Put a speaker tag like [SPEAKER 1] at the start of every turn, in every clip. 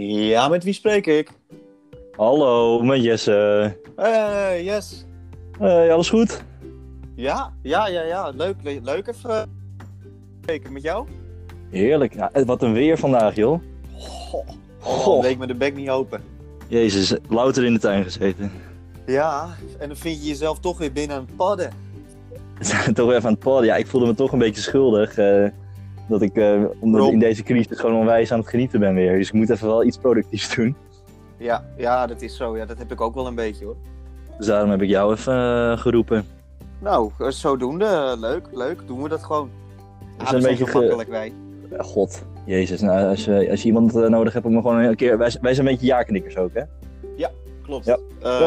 [SPEAKER 1] Ja, met wie spreek ik?
[SPEAKER 2] Hallo, met Jesse.
[SPEAKER 1] Yes.
[SPEAKER 2] Alles goed?
[SPEAKER 1] Ja. Leuk even spreken met jou.
[SPEAKER 2] Heerlijk. Ja, wat een weer vandaag, joh.
[SPEAKER 1] Goh, een week met de bek niet open.
[SPEAKER 2] Jezus, louter in de tuin gezeten.
[SPEAKER 1] Ja, en dan vind je jezelf toch weer binnen aan het padden.
[SPEAKER 2] Toch even aan het padden. Ja, ik voelde me toch een beetje schuldig. Dat ik omdat in deze crisis gewoon onwijs aan het genieten ben weer. Dus ik moet even wel iets productiefs doen.
[SPEAKER 1] Ja, dat is zo. Ja, dat heb ik ook wel een beetje, hoor.
[SPEAKER 2] Dus daarom heb ik jou even geroepen.
[SPEAKER 1] Nou, zodoende. Leuk. Doen we dat gewoon.
[SPEAKER 2] Is
[SPEAKER 1] We
[SPEAKER 2] een
[SPEAKER 1] zijn
[SPEAKER 2] beetje
[SPEAKER 1] zo makkelijk, wij.
[SPEAKER 2] God, Jezus. Nou, als je iemand nodig hebt om me gewoon een keer... Wij zijn een beetje ja-knikkers ook, hè?
[SPEAKER 1] Klopt.
[SPEAKER 2] Ja.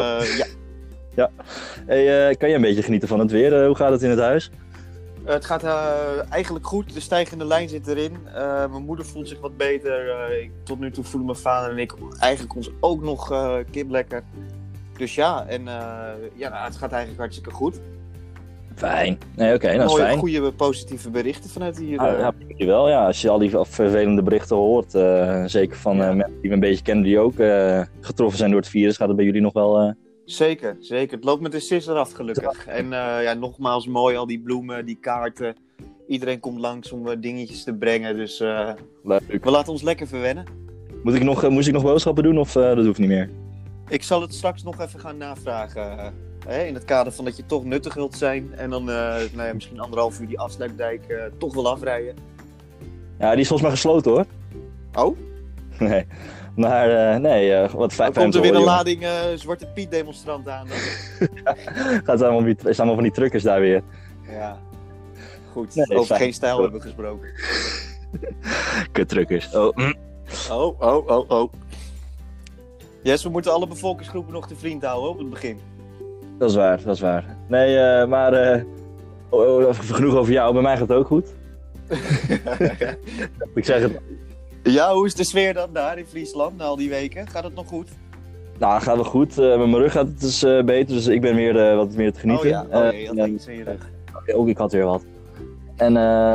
[SPEAKER 1] Ja.
[SPEAKER 2] Hey, kan je een beetje genieten van het weer? Hoe gaat het in het huis?
[SPEAKER 1] Het gaat eigenlijk goed. De stijgende lijn zit erin. Mijn moeder voelt zich wat beter. Tot nu toe voelen mijn vader en ik eigenlijk ons ook nog kip lekker. Dus ja, het gaat eigenlijk hartstikke goed.
[SPEAKER 2] Fijn. Nee, oké, dat is
[SPEAKER 1] Mooie,
[SPEAKER 2] fijn.
[SPEAKER 1] goede, positieve berichten vanuit hier.
[SPEAKER 2] Ja, dankjewel. Ja, als je al die vervelende berichten hoort, zeker van mensen die we een beetje kennen die ook getroffen zijn door het virus, gaat het bij jullie nog wel...
[SPEAKER 1] Zeker. Het loopt met de sisser af, gelukkig. En nogmaals, mooi, al die bloemen, die kaarten. Iedereen komt langs om dingetjes te brengen. Dus
[SPEAKER 2] Leuk.
[SPEAKER 1] we laten ons lekker verwennen.
[SPEAKER 2] Moest ik nog boodschappen doen of dat hoeft niet meer?
[SPEAKER 1] Ik zal het straks nog even gaan navragen. In het kader van dat je toch nuttig wilt zijn. En dan misschien 1,5 uur die afsluitdijk toch wel afrijden.
[SPEAKER 2] Ja, die is volgens mij gesloten, hoor.
[SPEAKER 1] Oh?
[SPEAKER 2] Nee. Maar wat fijn.
[SPEAKER 1] Dan komt er weer een lading Zwarte Piet demonstranten aan.
[SPEAKER 2] Gaat het allemaal van die truckers daar weer.
[SPEAKER 1] Ja. Goed,
[SPEAKER 2] Nee,
[SPEAKER 1] over
[SPEAKER 2] fijn.
[SPEAKER 1] geen stijl hebben we gesproken.
[SPEAKER 2] Kuttruckers.
[SPEAKER 1] Oh. Yes, we moeten alle bevolkingsgroepen nog te vriend houden op het begin.
[SPEAKER 2] Dat is waar. Nee, maar genoeg over jou. Bij mij gaat het ook goed. Ik zeg het.
[SPEAKER 1] Ja, hoe is de sfeer dan daar in Friesland na al die weken? Gaat het nog goed?
[SPEAKER 2] Nou, gaat wel goed. Met mijn rug gaat het dus beter, dus ik ben weer wat meer te genieten.
[SPEAKER 1] Je had iets in je rug.
[SPEAKER 2] Ook ik had weer wat. En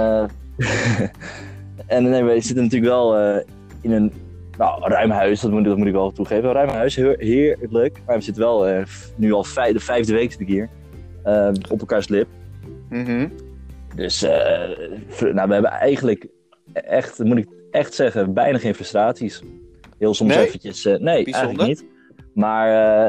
[SPEAKER 2] we zitten natuurlijk wel in een ruim huis, dat moet ik wel toegeven. Een ruim huis, heerlijk. Maar we zitten wel nu al de 5e week zit ik hier. Op elkaars lip.
[SPEAKER 1] Mm-hmm.
[SPEAKER 2] Dus we hebben eigenlijk echt, moet ik echt zeggen, bijna geen frustraties. Heel soms
[SPEAKER 1] Nee?
[SPEAKER 2] eventjes. Nee,
[SPEAKER 1] Bijzonder.
[SPEAKER 2] eigenlijk niet. Maar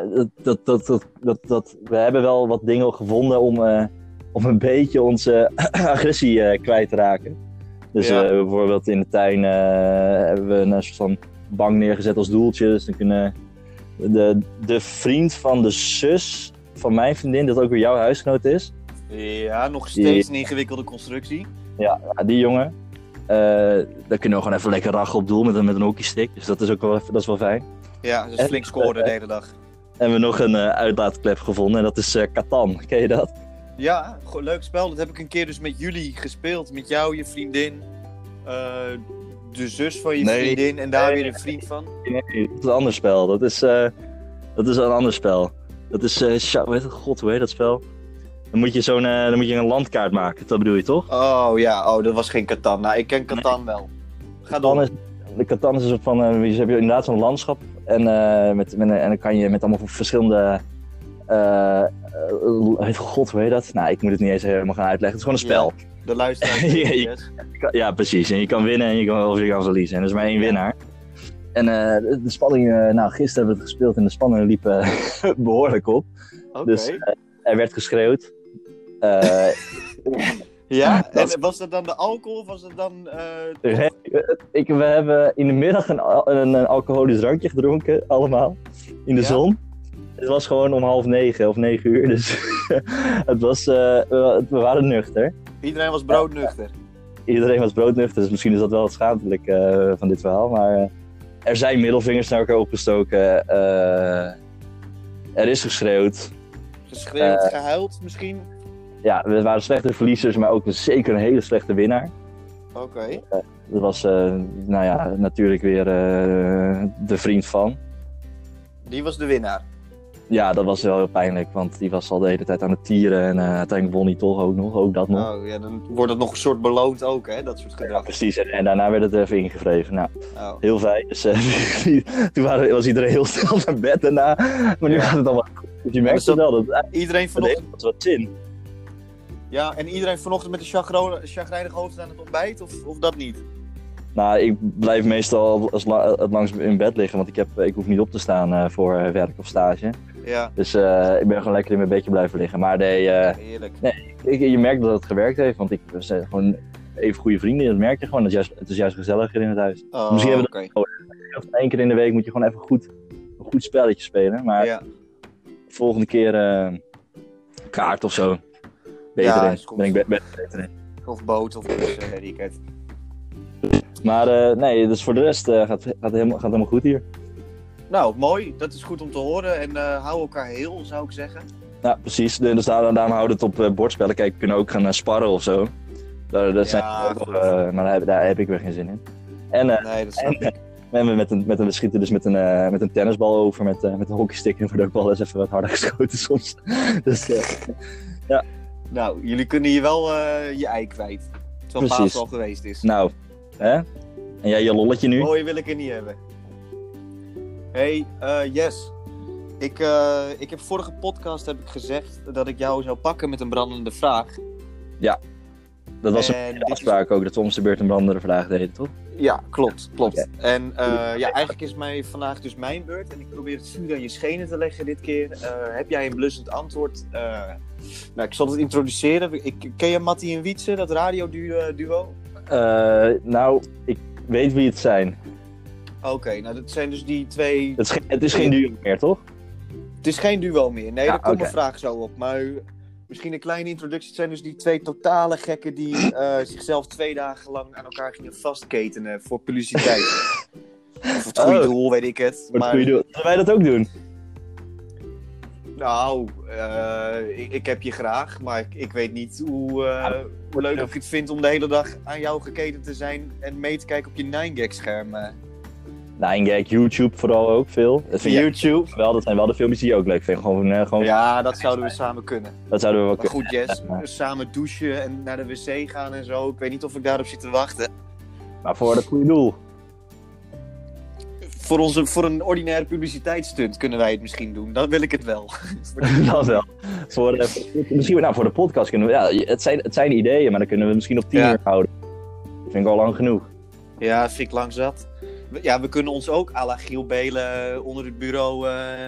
[SPEAKER 2] we hebben wel wat dingen gevonden om een beetje onze agressie kwijt te raken. Dus bijvoorbeeld in de tuin hebben we een soort van bank neergezet als doeltje. Dus dan kunnen de vriend van de zus van mijn vriendin, dat ook weer jouw huisgenoot is.
[SPEAKER 1] Ja, nog steeds een ingewikkelde constructie.
[SPEAKER 2] Ja, die jongen. Daar kunnen we gewoon even lekker rachen op doel met een hockeystick. Dus dat is wel fijn.
[SPEAKER 1] Ja, dus flink scoren de hele dag.
[SPEAKER 2] En we hebben nog een uitlaatklep gevonden en dat is Catan. Ken je dat?
[SPEAKER 1] Ja, leuk spel. Dat heb ik een keer dus met jullie gespeeld. Met jou, je vriendin, de zus van je vriendin en daar weer een vriend van.
[SPEAKER 2] Nee, dat is een ander spel. Dat is een ander spel. Dat is, hoe heet dat spel? Dan moet je een landkaart maken, dat bedoel je toch?
[SPEAKER 1] Oh ja, dat was geen Catan. Nou, ik ken Catan wel. Ga door.
[SPEAKER 2] Catan is een soort van, je hebt inderdaad zo'n landschap en dan kan je met allemaal verschillende, hoe heet dat? Nou, ik moet het niet eens helemaal gaan uitleggen, het is gewoon een spel.
[SPEAKER 1] Ja, de luisteraar.
[SPEAKER 2] Ja, precies. En je kan winnen en je kan verliezen. En er is maar één winnaar. En de spanning, gisteren hebben we het gespeeld en de spanning liep behoorlijk op.
[SPEAKER 1] Okay.
[SPEAKER 2] Dus er werd geschreeuwd.
[SPEAKER 1] Ja, en was dat dan de alcohol of was het dan...
[SPEAKER 2] We hebben in de middag een alcoholisch drankje gedronken, allemaal. In de zon. Het was gewoon om 8:30 of 9:00, dus we waren nuchter.
[SPEAKER 1] Iedereen was broodnuchter.
[SPEAKER 2] Iedereen was broodnuchter, dus misschien is dat wel het schaamtelijk van dit verhaal. Maar er zijn middelvingers naar elkaar opgestoken. Er is geschreeuwd.
[SPEAKER 1] Geschreeuwd, gehuild misschien?
[SPEAKER 2] Ja, we waren slechte verliezers, maar ook zeker een hele slechte winnaar.
[SPEAKER 1] Oké.
[SPEAKER 2] Dat was natuurlijk weer de vriend van.
[SPEAKER 1] Die was de winnaar?
[SPEAKER 2] Ja, dat was wel heel pijnlijk, want die was al de hele tijd aan het tieren en uiteindelijk won hij toch ook dat nog.
[SPEAKER 1] Oh, ja, dan wordt het nog een soort beloond ook, hè, dat soort
[SPEAKER 2] Ja,
[SPEAKER 1] gedrag.
[SPEAKER 2] precies, en daarna werd het even ingevreven. Nou,
[SPEAKER 1] Oh.
[SPEAKER 2] heel fijn. Dus toen was iedereen heel snel naar bed daarna, maar nu gaat het allemaal goed. Dus je merkt
[SPEAKER 1] dus dat-
[SPEAKER 2] wel dat het
[SPEAKER 1] Iedereen vanochtend,
[SPEAKER 2] wat wat zin.
[SPEAKER 1] ja, en iedereen vanochtend met een chagrijnig hoofd aan het ontbijt, of dat niet?
[SPEAKER 2] Nou, ik blijf meestal het langst in bed liggen, want ik hoef niet op te staan voor werk of stage.
[SPEAKER 1] Ja,
[SPEAKER 2] Dus ik ben gewoon lekker in mijn bedje blijven liggen. Maar nee,
[SPEAKER 1] heerlijk.
[SPEAKER 2] je merkt dat het gewerkt heeft, want we zijn gewoon even goede vrienden. Dat merk je gewoon. Het is juist gezelliger in het huis.
[SPEAKER 1] Oh,
[SPEAKER 2] Misschien hebben
[SPEAKER 1] oké.
[SPEAKER 2] we één keer in de week moet je gewoon even een goed spelletje spelen. Maar
[SPEAKER 1] Ja,
[SPEAKER 2] de volgende keer kaart of zo. Beter
[SPEAKER 1] Ja,
[SPEAKER 2] in.
[SPEAKER 1] is goed.
[SPEAKER 2] Ben ik beter in.
[SPEAKER 1] of boot, of bus, weet ik het.
[SPEAKER 2] Maar nee, dus voor de rest gaat helemaal goed hier.
[SPEAKER 1] Nou, mooi. Dat is goed om te horen. En hou elkaar heel, zou ik zeggen.
[SPEAKER 2] Ja, precies. Dus daarom houden we het op bordspellen. Kijk, we kunnen ook gaan sparren of zo. Daar zijn ook,
[SPEAKER 1] goed.
[SPEAKER 2] maar daar heb ik weer geen zin in. En
[SPEAKER 1] Nee, dat snap ik.
[SPEAKER 2] we schieten dus met een tennisbal over, met een hockeystick. En wordt ook wel eens even wat harder geschoten soms. Dus
[SPEAKER 1] Nou, jullie kunnen hier wel je ei kwijt. Terwijl
[SPEAKER 2] Precies.
[SPEAKER 1] Paas al geweest is.
[SPEAKER 2] nou, hè? En jij je lolletje nu?
[SPEAKER 1] Mooie wil ik er niet hebben. Hey, Yes. Ik heb vorige podcast gezegd dat ik jou zou pakken met een brandende vraag.
[SPEAKER 2] Dat was
[SPEAKER 1] En
[SPEAKER 2] een
[SPEAKER 1] dit is-
[SPEAKER 2] afspraak ook, dat we om de beurt een brandende vraag deden, toch?
[SPEAKER 1] Ja, klopt.
[SPEAKER 2] Oké.
[SPEAKER 1] En eigenlijk is vandaag dus mijn beurt. En ik probeer het vuur aan je schenen te leggen dit keer. Heb jij een blussend antwoord? Nou, ik zal het introduceren. Ken je Mattie en Wietse, dat radioduo?
[SPEAKER 2] Nou, ik weet wie het zijn.
[SPEAKER 1] Oké, nou dat zijn dus die twee...
[SPEAKER 2] Het is geen duo meer, toch?
[SPEAKER 1] Het is geen duo meer. Nee,
[SPEAKER 2] Ja,
[SPEAKER 1] daar komt
[SPEAKER 2] oké.
[SPEAKER 1] mijn vraag zo op. Maar misschien een kleine introductie. Het zijn dus die twee totale gekken die zichzelf 2 dagen lang aan elkaar gingen vastketenen voor publiciteit. Of het goede
[SPEAKER 2] Oh.
[SPEAKER 1] doel, weet ik het.
[SPEAKER 2] Wat kun je doen? Zullen wij dat ook doen?
[SPEAKER 1] Nou, ik heb je graag, maar ik weet niet hoe leuk ik het vind om de hele dag aan jou geketen te zijn en mee te kijken op je 9gag-scherm.
[SPEAKER 2] 9gag, YouTube vooral ook veel. Dat vind
[SPEAKER 1] YouTube.
[SPEAKER 2] je wel, dat zijn wel de filmpjes die je ook leuk vindt. Gewoon,
[SPEAKER 1] Ja, dat zouden we samen kunnen.
[SPEAKER 2] dat zouden we wel
[SPEAKER 1] Maar
[SPEAKER 2] kunnen.
[SPEAKER 1] goed, Jess, samen douchen en naar de wc gaan en zo. Ik weet niet of ik daarop zit te wachten.
[SPEAKER 2] Maar voor het goede doel.
[SPEAKER 1] Voor een ordinaire publiciteitsstunt kunnen wij het misschien doen. Dan wil ik het wel.
[SPEAKER 2] Dat wel. Misschien voor de podcast kunnen we... Ja, het zijn ideeën, maar dan kunnen we misschien op 10 uur houden. Dat vind ik al lang genoeg.
[SPEAKER 1] Ja, vind ik lang zat. Ja, we kunnen ons ook à la Giel Belen onder het bureau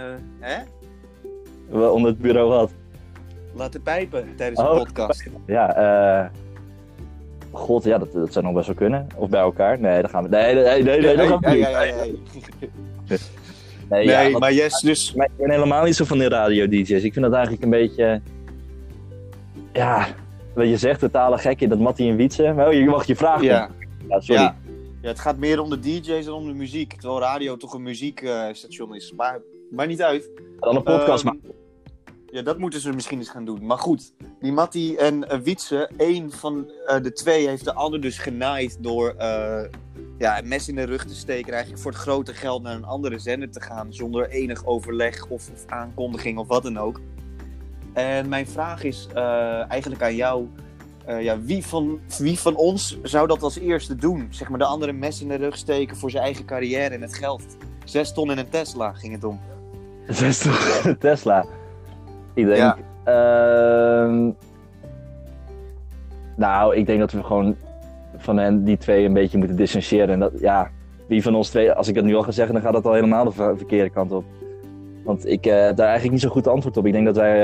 [SPEAKER 2] Onder het bureau wat.
[SPEAKER 1] laten pijpen tijdens de
[SPEAKER 2] Oh,
[SPEAKER 1] podcast.
[SPEAKER 2] Ja, God, ja, dat zou nog best wel kunnen. Of bij elkaar. Nee, dat gaan we... Nee, dat gaan we niet. Nee,
[SPEAKER 1] Nee,
[SPEAKER 2] want-
[SPEAKER 1] maar Yes, dus...
[SPEAKER 2] Maar ik ben helemaal niet zo van de radio-dj's. Ik vind dat eigenlijk een beetje... Ja, wat je zegt, totale gekje, dat Mattie en Wietse. Maar je mag je vragen.
[SPEAKER 1] Ja.
[SPEAKER 2] Ja, sorry.
[SPEAKER 1] Ja. Ja, het gaat meer om de DJ's dan om de muziek. Terwijl radio toch een muziekstation is. Maar niet uit.
[SPEAKER 2] Dan een podcast
[SPEAKER 1] Ehm,
[SPEAKER 2] maken.
[SPEAKER 1] Ja, dat moeten ze misschien eens gaan doen. Maar goed, die Mattie en Wietse, één van de twee heeft de ander dus genaaid door een mes in de rug te steken. Eigenlijk voor het grote geld naar een andere zender te gaan. Zonder enig overleg of aankondiging of wat dan ook. En mijn vraag is eigenlijk aan jou. Wie van ons zou dat als eerste doen? Zeg maar de andere mes in de rug steken voor zijn eigen carrière en het geld. 6 ton in een Tesla ging het om.
[SPEAKER 2] Tesla. Ik denk...
[SPEAKER 1] Ja.
[SPEAKER 2] Nou, ik denk dat we gewoon van die twee een beetje moeten distancieren. En dat, ja, wie van ons twee, als ik dat nu al ga zeggen, dan gaat dat al helemaal de verkeerde kant op. Want ik heb daar eigenlijk niet zo goed antwoord op. Ik denk dat wij...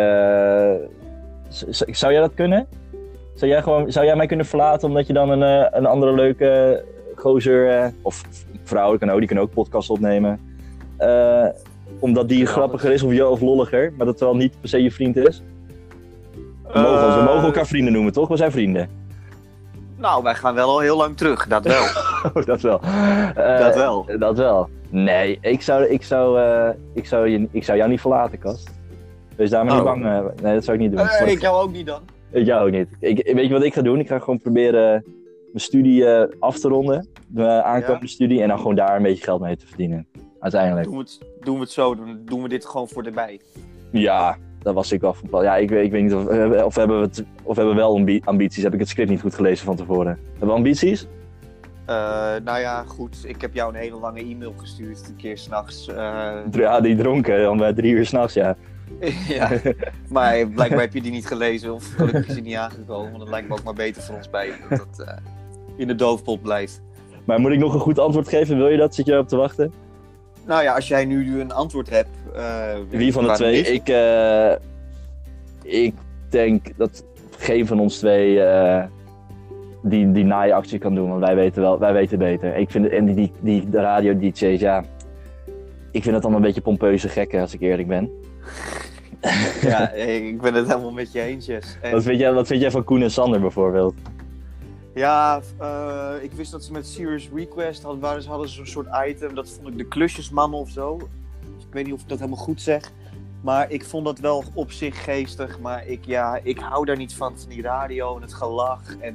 [SPEAKER 2] Zou jij dat kunnen? Zou jij mij kunnen verlaten omdat je dan een andere leuke gozer... of vrouw, die kan ook podcasts opnemen. Omdat die grappiger is of lolliger, maar dat wel niet per se je vriend is. We mogen elkaar vrienden noemen, toch? We zijn vrienden.
[SPEAKER 1] Nou, wij gaan wel al heel lang terug, dat wel.
[SPEAKER 2] Dat wel.
[SPEAKER 1] Dat wel.
[SPEAKER 2] Dat wel. Nee, ik zou jou niet verlaten, Kast. Wees daar maar niet bang. Nee, dat zou ik niet doen.
[SPEAKER 1] Ik jou ook niet dan.
[SPEAKER 2] Ik jou ook niet. Weet je wat ik ga doen? Ik ga gewoon proberen mijn studie af te ronden. Mijn aankomende studie. En dan gewoon daar een beetje geld mee te verdienen. uiteindelijk.
[SPEAKER 1] Doen we het zo, dan doen we dit gewoon voor erbij.
[SPEAKER 2] Ja, daar was ik wel van plan. Ja, ik weet niet of hebben we wel ambities. Heb ik het script niet goed gelezen van tevoren. Hebben we ambities?
[SPEAKER 1] Nou ja, goed. Ik heb jou een hele lange e-mail gestuurd, een keer 's nachts.
[SPEAKER 2] Ja, die dronken, om 3 uur 's nachts, ja.
[SPEAKER 1] Ja, maar blijkbaar heb je die niet gelezen of gelukkig is die niet aangekomen. Want het lijkt me ook maar beter voor ons beiden dat dat in de doofpot blijft.
[SPEAKER 2] Maar moet ik nog een goed antwoord geven? Wil je dat? Zit je erop te wachten?
[SPEAKER 1] Nou ja, als jij nu een antwoord hebt...
[SPEAKER 2] Wie van de twee? Ik denk dat geen van ons twee die naaiactie kan doen, want wij weten beter. Ik vind die radio-dj's, ja... Ik vind het allemaal een beetje pompeuze gekken, als ik eerlijk ben.
[SPEAKER 1] Ja, ik ben het helemaal met je eens, Jess. En...
[SPEAKER 2] Wat vind jij van Koen en Sander bijvoorbeeld?
[SPEAKER 1] Ja, ik wist dat ze met Serious Request hadden ze zo'n soort item. Dat vond ik de klusjesman of zo. Dus ik weet niet of ik dat helemaal goed zeg. Maar ik vond dat wel op zich geestig. Maar ik hou daar niet van die radio en het gelach. En,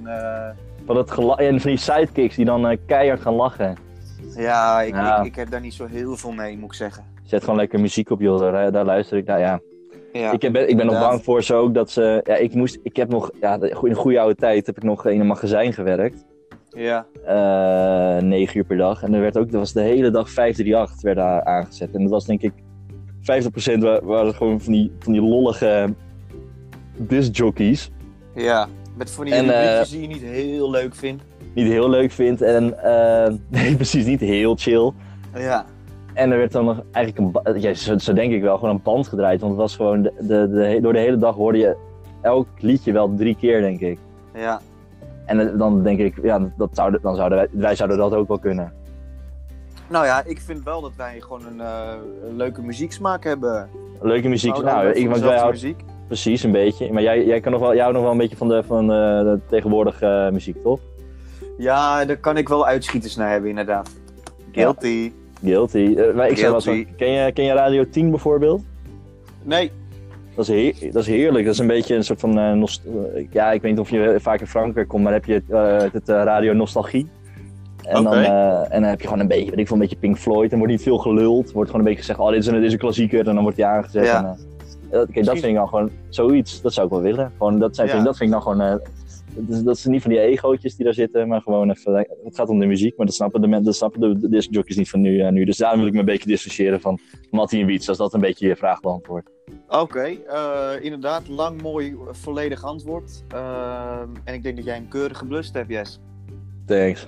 [SPEAKER 2] en van die sidekicks die dan keihard gaan lachen.
[SPEAKER 1] Ja, ik heb daar niet zo heel veel mee, moet ik zeggen.
[SPEAKER 2] Zet gewoon lekker muziek op, joh. Daar luister ik naar, ja.
[SPEAKER 1] Ja,
[SPEAKER 2] ik ben nog bang voor ze ook dat ze... Ja, ik heb nog... Ja, in een goede oude tijd heb ik nog in een magazijn gewerkt.
[SPEAKER 1] Ja.
[SPEAKER 2] 9 uur per dag. En dat was de hele dag 538 werd daar aangezet. En dat was denk ik... 50% waren gewoon van die lollige discjockeys.
[SPEAKER 1] Ja, met van die rubriekjes die je niet heel leuk vindt.
[SPEAKER 2] Niet heel leuk vindt en... nee, precies, niet heel chill.
[SPEAKER 1] Ja.
[SPEAKER 2] En er werd dan nog eigenlijk zo denk ik wel, gewoon een band gedraaid. Want het was gewoon, door de hele dag hoorde je elk liedje wel 3 keer, denk ik.
[SPEAKER 1] Ja.
[SPEAKER 2] En dan denk ik, ja, wij zouden dat ook wel kunnen.
[SPEAKER 1] Nou ja, ik vind wel dat wij gewoon een leuke muzieksmaak hebben.
[SPEAKER 2] Leuke muziek, want wij houden muziek. Precies, een beetje. Maar jij houdt nog wel een beetje van de tegenwoordige muziek, toch?
[SPEAKER 1] Ja, daar kan ik wel uitschieters naar hebben, inderdaad. Guilty.
[SPEAKER 2] Guilty. Ken je Radio 10 bijvoorbeeld?
[SPEAKER 1] Nee.
[SPEAKER 2] Dat is heerlijk. Dat is een beetje een soort van... ja, ik weet niet of je vaak in Frankrijk komt, maar dan heb je het radio nostalgie. En dan heb je gewoon een beetje Pink Floyd. En wordt niet veel geluld. Wordt gewoon een beetje gezegd, dit is een klassieker. En dan wordt die aangezet.
[SPEAKER 1] Ja.
[SPEAKER 2] Dat vind ik dan gewoon zoiets. Dat zou ik wel willen. Gewoon, dat vind ik dan gewoon... dat zijn niet van die egootjes die daar zitten, maar gewoon even... Het gaat om de muziek, maar dat snappen de discjockeys niet van nu. Dus daarom wil ik me een beetje dissociëren van Mattie en Wiets, als dat een beetje je vraag beantwoordt.
[SPEAKER 1] Oké, inderdaad, lang, mooi, volledig antwoord. En ik denk dat jij hem keurig geblust hebt, Jess.
[SPEAKER 2] Thanks.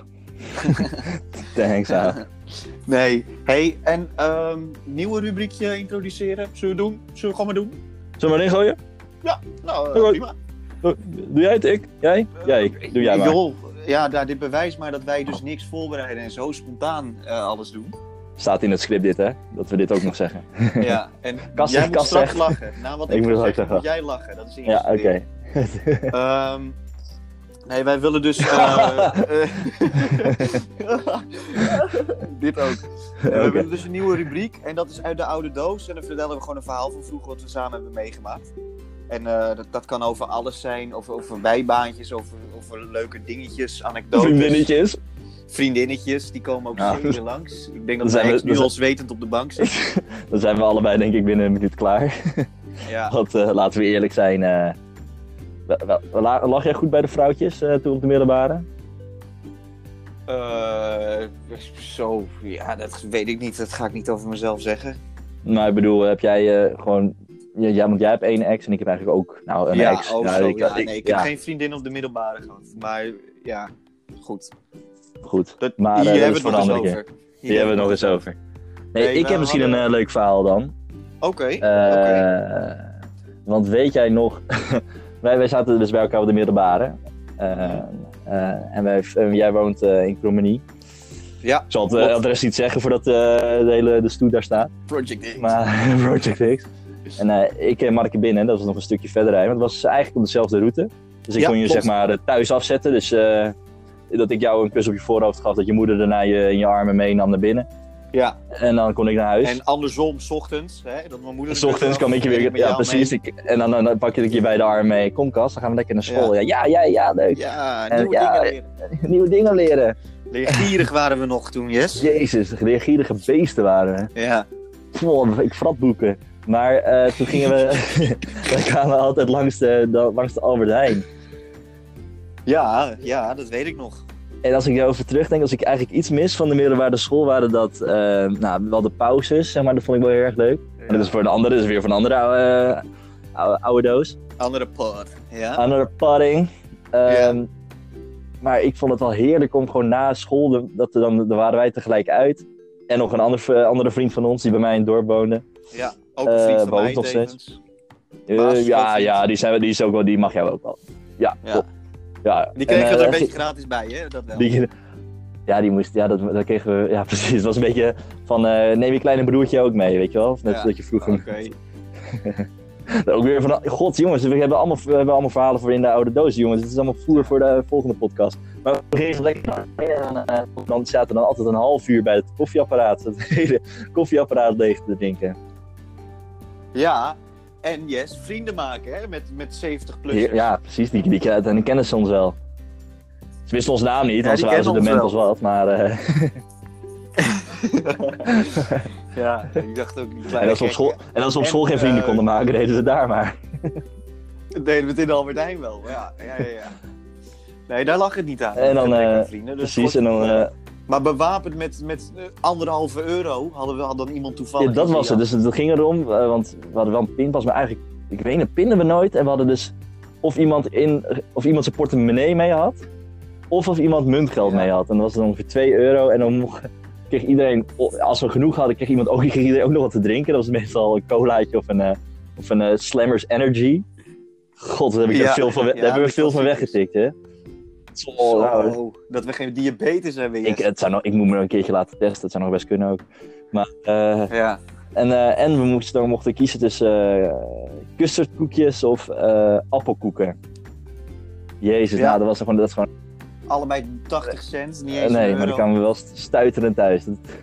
[SPEAKER 2] Thanks,
[SPEAKER 1] Nee. Hey, en nieuwe rubriekje introduceren? Zullen we gewoon maar doen?
[SPEAKER 2] Zullen we maar ingooien?
[SPEAKER 1] Ja, nou, prima.
[SPEAKER 2] Doe jij het, ik? Jij? Jij. Doe jij maar.
[SPEAKER 1] Joh, ja, dit bewijst maar dat wij dus niks voorbereiden en zo spontaan alles doen.
[SPEAKER 2] Staat in het script dit, hè? Dat we dit ook nog zeggen.
[SPEAKER 1] Ja, en jij moet straks lachen. Na wat ik moet zeggen, moet jij lachen. Dat is de eerste.
[SPEAKER 2] Ja, oké.
[SPEAKER 1] Nee, wij willen dus... dit ook. We willen dus een nieuwe rubriek en dat is uit de oude doos. En dan vertellen we gewoon een verhaal van vroeger wat we samen hebben meegemaakt. En dat kan over alles zijn, over bijbaantjes, over leuke dingetjes, anekdotes. Vriendinnetjes, die komen ook zeker langs. Ik denk dat wij nu al zwetend op de bank zitten.
[SPEAKER 2] Dan zijn we allebei denk ik binnen een minuut klaar.
[SPEAKER 1] Ja.
[SPEAKER 2] Want laten we eerlijk zijn, lag jij goed bij de vrouwtjes toen op de middelbare?
[SPEAKER 1] Ja, dat weet ik niet. Dat ga ik niet over mezelf zeggen.
[SPEAKER 2] Nou, ik bedoel, heb jij gewoon... Ja, want jij hebt 1 ex en ik heb eigenlijk ook een ex.
[SPEAKER 1] Ik heb geen vriendin op de middelbare gehad. Maar ja, goed.
[SPEAKER 2] Maar
[SPEAKER 1] hier hebben
[SPEAKER 2] we
[SPEAKER 1] het nog eens over.
[SPEAKER 2] Hier hebben we het nog eens over. Nee, ik heb misschien een leuk verhaal dan.
[SPEAKER 1] Oké.
[SPEAKER 2] Want weet jij nog... wij zaten dus bij elkaar op de middelbare. En jij woont in Krommenie.
[SPEAKER 1] Ja.
[SPEAKER 2] Ik zal het adres niet zeggen voordat de stoet daar staat.
[SPEAKER 1] Project X.
[SPEAKER 2] Project X. En ik en Marke binnen, dat was nog een stukje verder rijden. Want het was eigenlijk op dezelfde route. Dus ik kon je zeg maar thuis afzetten. Dus dat ik jou een kus op je voorhoofd gaf, dat je moeder daarna je in je armen meenam naar binnen.
[SPEAKER 1] Ja.
[SPEAKER 2] En dan kon ik naar huis.
[SPEAKER 1] En andersom, 's ochtends, hè, dat mijn moeder...
[SPEAKER 2] 's ochtends kwam ik je weer... Ja, precies. En dan pak ik je bij de arm mee. Kom Cas, dan gaan we lekker naar school. Ja, leuk.
[SPEAKER 1] Ja,
[SPEAKER 2] En
[SPEAKER 1] nieuwe dingen leren.
[SPEAKER 2] Nieuwe dingen leren.
[SPEAKER 1] Leergierig waren we nog toen, Yes.
[SPEAKER 2] Jezus, leergierige beesten waren we.
[SPEAKER 1] Ja.
[SPEAKER 2] Ik frat boeken. Maar toen gingen we... dan kwamen we altijd langs de Albert Heijn.
[SPEAKER 1] Ja, dat weet ik nog.
[SPEAKER 2] En als ik erover terugdenk, als ik eigenlijk iets mis van de middelbare school, waren dat wel de pauzes, zeg maar, dat vond ik wel heel erg leuk.
[SPEAKER 1] Ja.
[SPEAKER 2] Maar dat is voor de andere, dat is weer van een andere oude doos.
[SPEAKER 1] Andere pot, ja.
[SPEAKER 2] Andere padding. Maar ik vond het wel heerlijk om gewoon na school, dan waren wij tegelijk uit. En nog een andere vriend van ons die bij mij in het dorp woonde.
[SPEAKER 1] Ja, ook een vriend van mij
[SPEAKER 2] nog
[SPEAKER 1] tevens.
[SPEAKER 2] Die mag jou ook wel. Ja, top. Ja.
[SPEAKER 1] Die kregen we er een beetje gratis bij, hè? Dat wel.
[SPEAKER 2] Dat kregen we, ja precies. Het was een beetje van, neem je kleine broertje ook mee, weet je wel? Of net dat je vroeger...
[SPEAKER 1] Oké.
[SPEAKER 2] Ook weer van, god jongens, we hebben allemaal verhalen voor in de oude doos, jongens. Het is allemaal voer voor de volgende podcast. Maar we kregen lekker, dan zaten we altijd een half uur bij het koffieapparaat. Het hele koffieapparaat leeg te drinken.
[SPEAKER 1] Ja, en yes, vrienden maken, hè? Met 70 plus.
[SPEAKER 2] Ja, precies, die kennen ze ons wel. Ze wisten ons naam niet, want ze waren zo dement als wat, maar...
[SPEAKER 1] Ja, ik dacht ook...
[SPEAKER 2] En als ze op school geen vrienden konden maken, deden ze het daar maar.
[SPEAKER 1] Deden we het in de Albert Heijn wel, ja. Nee, daar lag het niet aan.
[SPEAKER 2] En dan,
[SPEAKER 1] vrienden, dus
[SPEAKER 2] precies, en dan...
[SPEAKER 1] Maar bewapend met €1,5 hadden we dan iemand toevallig.
[SPEAKER 2] Ja, dat was het. Dus het ging erom, want we hadden wel een pinpas, maar eigenlijk, ik weet niet, pinnen we nooit. En we hadden dus of iemand zijn portemonnee mee had, of iemand muntgeld mee had. En dat was dan ongeveer €2. En dan kreeg iedereen, als we genoeg hadden, kreeg iedereen ook nog wat te drinken. Dat was meestal een colaatje of een Slammers Energy. God, daar hebben we veel van weggetikt, hè.
[SPEAKER 1] Dat we geen diabetes hebben.
[SPEAKER 2] Ik moet me nog een keertje laten testen, dat zou nog best kunnen ook. Maar, En we mochten kiezen tussen custardkoekjes of appelkoeken. Jezus, dat is gewoon...
[SPEAKER 1] Allebei 80 cent, niet eens
[SPEAKER 2] nee, maar dan kwamen we wel stuiterend thuis.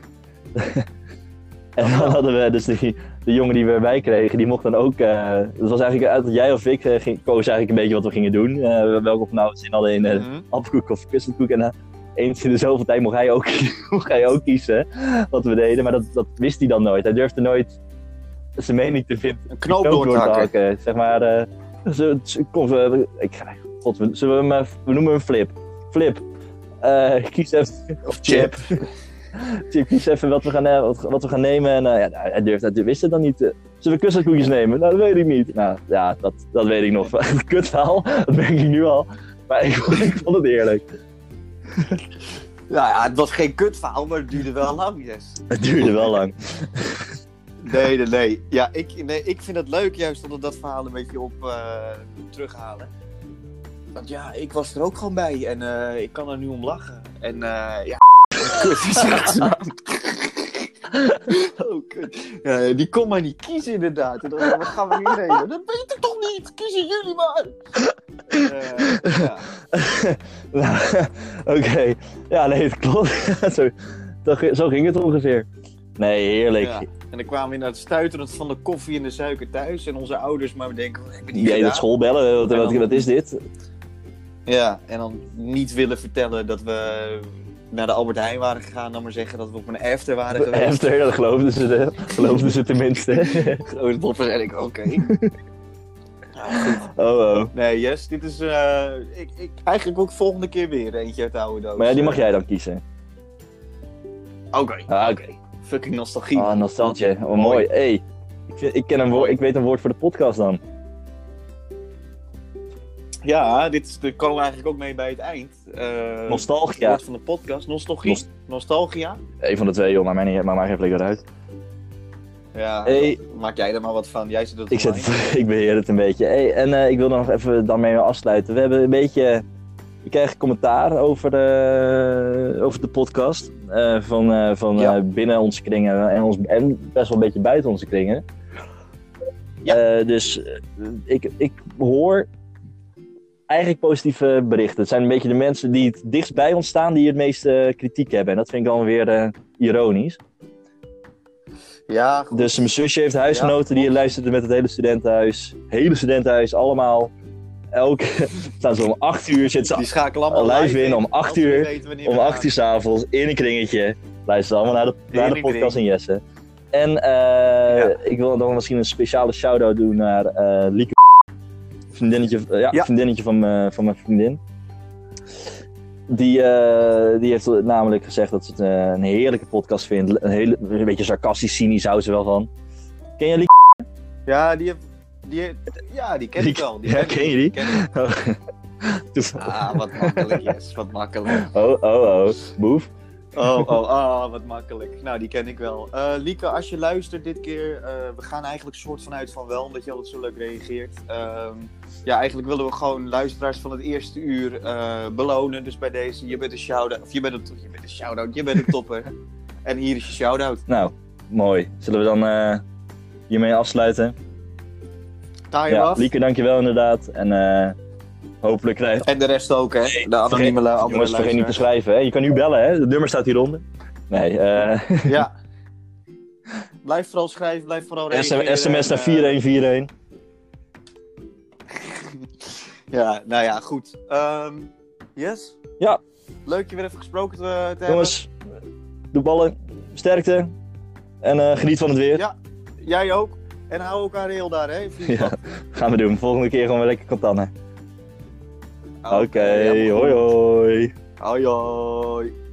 [SPEAKER 2] En dan hadden we dus de jongen die we erbij kregen, die mocht dan ook... dat was eigenlijk uit jij of ik koos eigenlijk een beetje wat we gingen doen. Welke of nou zin hadden in appelkoek of custardkoek. En eens in de zoveel tijd mocht hij ook kiezen wat we deden. Maar dat wist hij dan nooit. Hij durfde nooit zijn mening te vinden.
[SPEAKER 1] Een knoop door te hakken.
[SPEAKER 2] Zeg maar... we noemen hem Flip. Flip. Kies even...
[SPEAKER 1] Of Chip.
[SPEAKER 2] Kies even wat we gaan nemen. En hij wist het dan niet. Zullen we custardkoekjes nemen? Nou, dat weet ik niet. Nou, ja, dat weet ik nog. Kutverhaal, dat merk ik nu al. Maar ik vond het eerlijk.
[SPEAKER 1] Ja, het was geen kutverhaal, maar het duurde wel lang, yes.
[SPEAKER 2] Het duurde wel lang.
[SPEAKER 1] Nee. Ja, ik vind het leuk juist dat we dat verhaal een beetje op terughalen. Want ja, ik was er ook gewoon bij en ik kan er nu om lachen. En oh, kut. Ja, die kon maar niet kiezen inderdaad. En dan, wat gaan we hier nemen? Dat weet ik toch niet? Kiezen jullie maar!
[SPEAKER 2] Nou, oké. Ja, nee, het klopt. Zo ging het ongeveer. Nee, heerlijk. Ja.
[SPEAKER 1] En dan kwamen we inderdaad stuiterend van de koffie en de suiker thuis. En onze ouders maar denken, wat hebben die
[SPEAKER 2] gedaan?
[SPEAKER 1] Jij
[SPEAKER 2] dat school bellen, wat is dit?
[SPEAKER 1] Ja, en dan niet willen vertellen dat we naar de Albert Heijn waren gegaan. Dan maar zeggen dat we op een after waren geweest.
[SPEAKER 2] After, dat geloofden ze tenminste.
[SPEAKER 1] Geloofden dat waarschijnlijk, oké.
[SPEAKER 2] Oh.
[SPEAKER 1] Nee, yes, dit is ik eigenlijk ook volgende keer weer eentje uit de oude doos.
[SPEAKER 2] Maar ja, die mag jij dan kiezen.
[SPEAKER 1] Oké. Fucking nostalgie.
[SPEAKER 2] Ah, nostalgie. Oh, mooi. Hey, ik weet een woord voor de podcast dan.
[SPEAKER 1] Ja, daar komen we eigenlijk ook mee bij het eind.
[SPEAKER 2] Nostalgia.
[SPEAKER 1] Het woord van de podcast. Nostalgie. Nostalgia.
[SPEAKER 2] Eén van de twee, joh. Maar mij geen flikker uit.
[SPEAKER 1] Ja, maak jij er maar wat van. Jij zit het
[SPEAKER 2] ik beheer het een beetje. Hey, en ik wil nog even dan mee afsluiten. We hebben een beetje... We krijgen commentaar over de podcast. Van binnen onze kringen en best wel een beetje buiten onze kringen. Ja. Dus ik hoor eigenlijk positieve berichten. Het zijn een beetje de mensen die het dichtst bij ons staan die het meeste kritiek hebben. En dat vind ik dan weer ironisch.
[SPEAKER 1] Ja, goed.
[SPEAKER 2] Dus mijn zusje heeft huisgenoten,
[SPEAKER 1] Ja,
[SPEAKER 2] die luisteren met het hele studentenhuis. Hele studentenhuis, allemaal. Staan ze om 8 uur, zitten
[SPEAKER 1] Die
[SPEAKER 2] ze
[SPEAKER 1] schakelen allemaal
[SPEAKER 2] live in om 8
[SPEAKER 1] als we
[SPEAKER 2] uur.
[SPEAKER 1] weten wanneer
[SPEAKER 2] Om
[SPEAKER 1] we
[SPEAKER 2] 8 uur
[SPEAKER 1] gaan.
[SPEAKER 2] 's avonds in een kringetje. Luisteren allemaal naar de podcast en Jesse. En ik wil dan misschien een speciale shout-out doen naar Lieke. Vriendinnetje van mijn vriendin. Die heeft namelijk gezegd dat ze het een heerlijke podcast vindt. Een beetje sarcastisch, cynisch houdt ze wel van. Ken je Lieke?
[SPEAKER 1] Ja, die ken ik wel.
[SPEAKER 2] Ken je die?
[SPEAKER 1] Wat makkelijk, yes. Wat makkelijk.
[SPEAKER 2] Boef.
[SPEAKER 1] Wat makkelijk. Nou, die ken ik wel. Lieke, als je luistert dit keer, we gaan eigenlijk soort vanuit van wel, omdat je altijd zo leuk reageert. Eigenlijk willen we gewoon luisteraars van het eerste uur belonen. Dus bij deze, je bent een shout-out. Of je bent een shout-out, je bent een topper. En hier is je shout-out.
[SPEAKER 2] Nou, mooi. Zullen we dan hiermee afsluiten?
[SPEAKER 1] Taai hem af.
[SPEAKER 2] Lieke, dankjewel inderdaad. En hopelijk krijg
[SPEAKER 1] En de rest ook, hè? De anonieme
[SPEAKER 2] jongens, vergeet niet te schrijven, hè? Je kan nu bellen, hè? Het nummer staat hieronder. Nee,
[SPEAKER 1] Ja. Blijf vooral schrijven, blijf vooral reageren.
[SPEAKER 2] SMS naar 4141.
[SPEAKER 1] Ja, nou ja, goed. Yes?
[SPEAKER 2] Ja.
[SPEAKER 1] Leuk je weer even gesproken te hebben.
[SPEAKER 2] Jongens, doe ballen. Sterkte. En geniet van het weer.
[SPEAKER 1] Ja, jij ook. En hou elkaar heel daar, hè?
[SPEAKER 2] Ja, gaan we doen. Volgende keer gewoon weer lekker kantannen. Oké,
[SPEAKER 1] helemaal
[SPEAKER 2] hoi
[SPEAKER 1] goed.
[SPEAKER 2] hoi.
[SPEAKER 1] Hoi hoi.